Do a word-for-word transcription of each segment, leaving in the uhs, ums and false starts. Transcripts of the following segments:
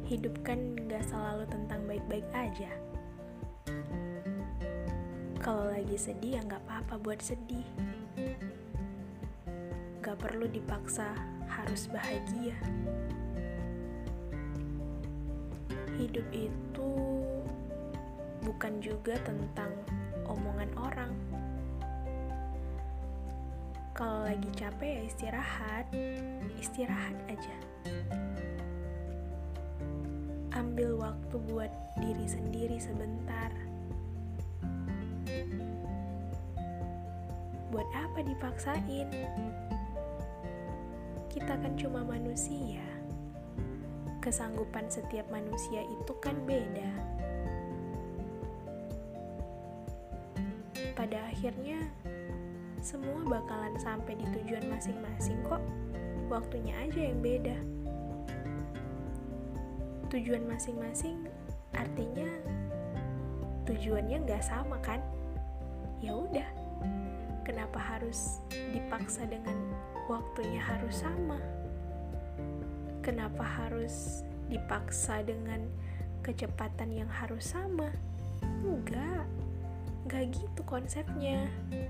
Hidup kan gak selalu tentang baik-baik aja. Kalau lagi sedih ya gak apa-apa buat sedih. Gak perlu dipaksa harus bahagia. Hidup itu bukan juga tentang omongan orang. Kalau lagi capek ya istirahat, istirahat aja. Ambil waktu buat diri sendiri sebentar. Buat apa dipaksain? Kita kan cuma manusia. Kesanggupan setiap manusia itu kan beda. Pada akhirnya, semua bakalan sampai di tujuan masing-masing kok. Waktunya aja yang beda. Tujuan masing-masing artinya tujuannya nggak sama kan? Ya udah, kenapa harus dipaksa dengan waktunya harus sama? Kenapa harus dipaksa dengan kecepatan yang harus sama? Enggak, enggak gitu konsepnya.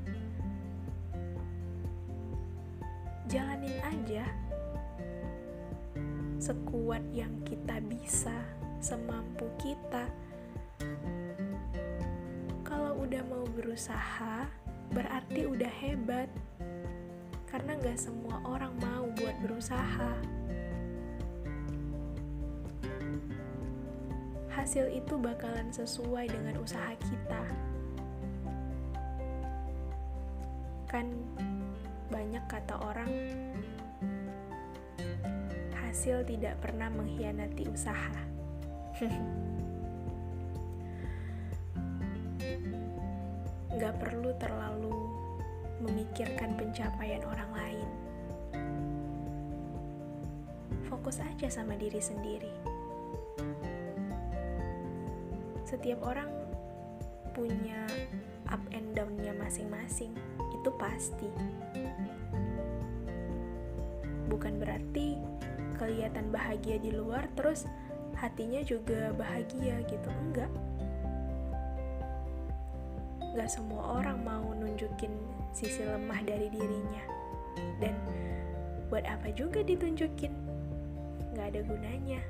Jalanin aja sekuat yang kita bisa, semampu kita. Kalau udah mau berusaha, berarti udah hebat. Karena gak semua orang mau buat berusaha. Hasil itu bakalan sesuai dengan usaha kita. Kan banyak kata orang, hasil tidak pernah mengkhianati usaha. Gak perlu terlalu memikirkan pencapaian orang lain. Fokus aja sama diri sendiri. Setiap orang punya up and down-nya masing-masing, itu pasti. Bukan berarti kelihatan bahagia di luar terus hatinya juga bahagia gitu, enggak. Gak semua orang mau nunjukin sisi lemah dari dirinya. Dan buat apa juga ditunjukin? Gak ada gunanya.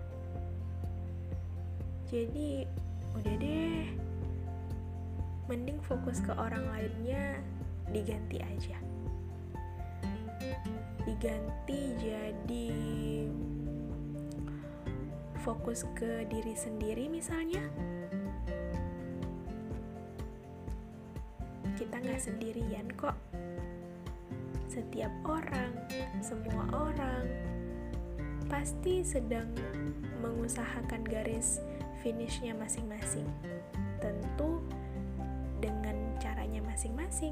Jadi udah deh, mending fokus ke orang lainnya, diganti aja. Diganti jadi fokus ke diri sendiri misalnya. Kita gak sendirian kok. Setiap orang, semua orang pasti sedang mengusahakan garis finishnya masing-masing. Tentu dengan caranya masing-masing.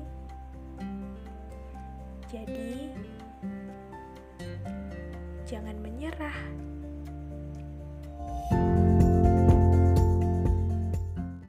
Jadi jangan menyerah.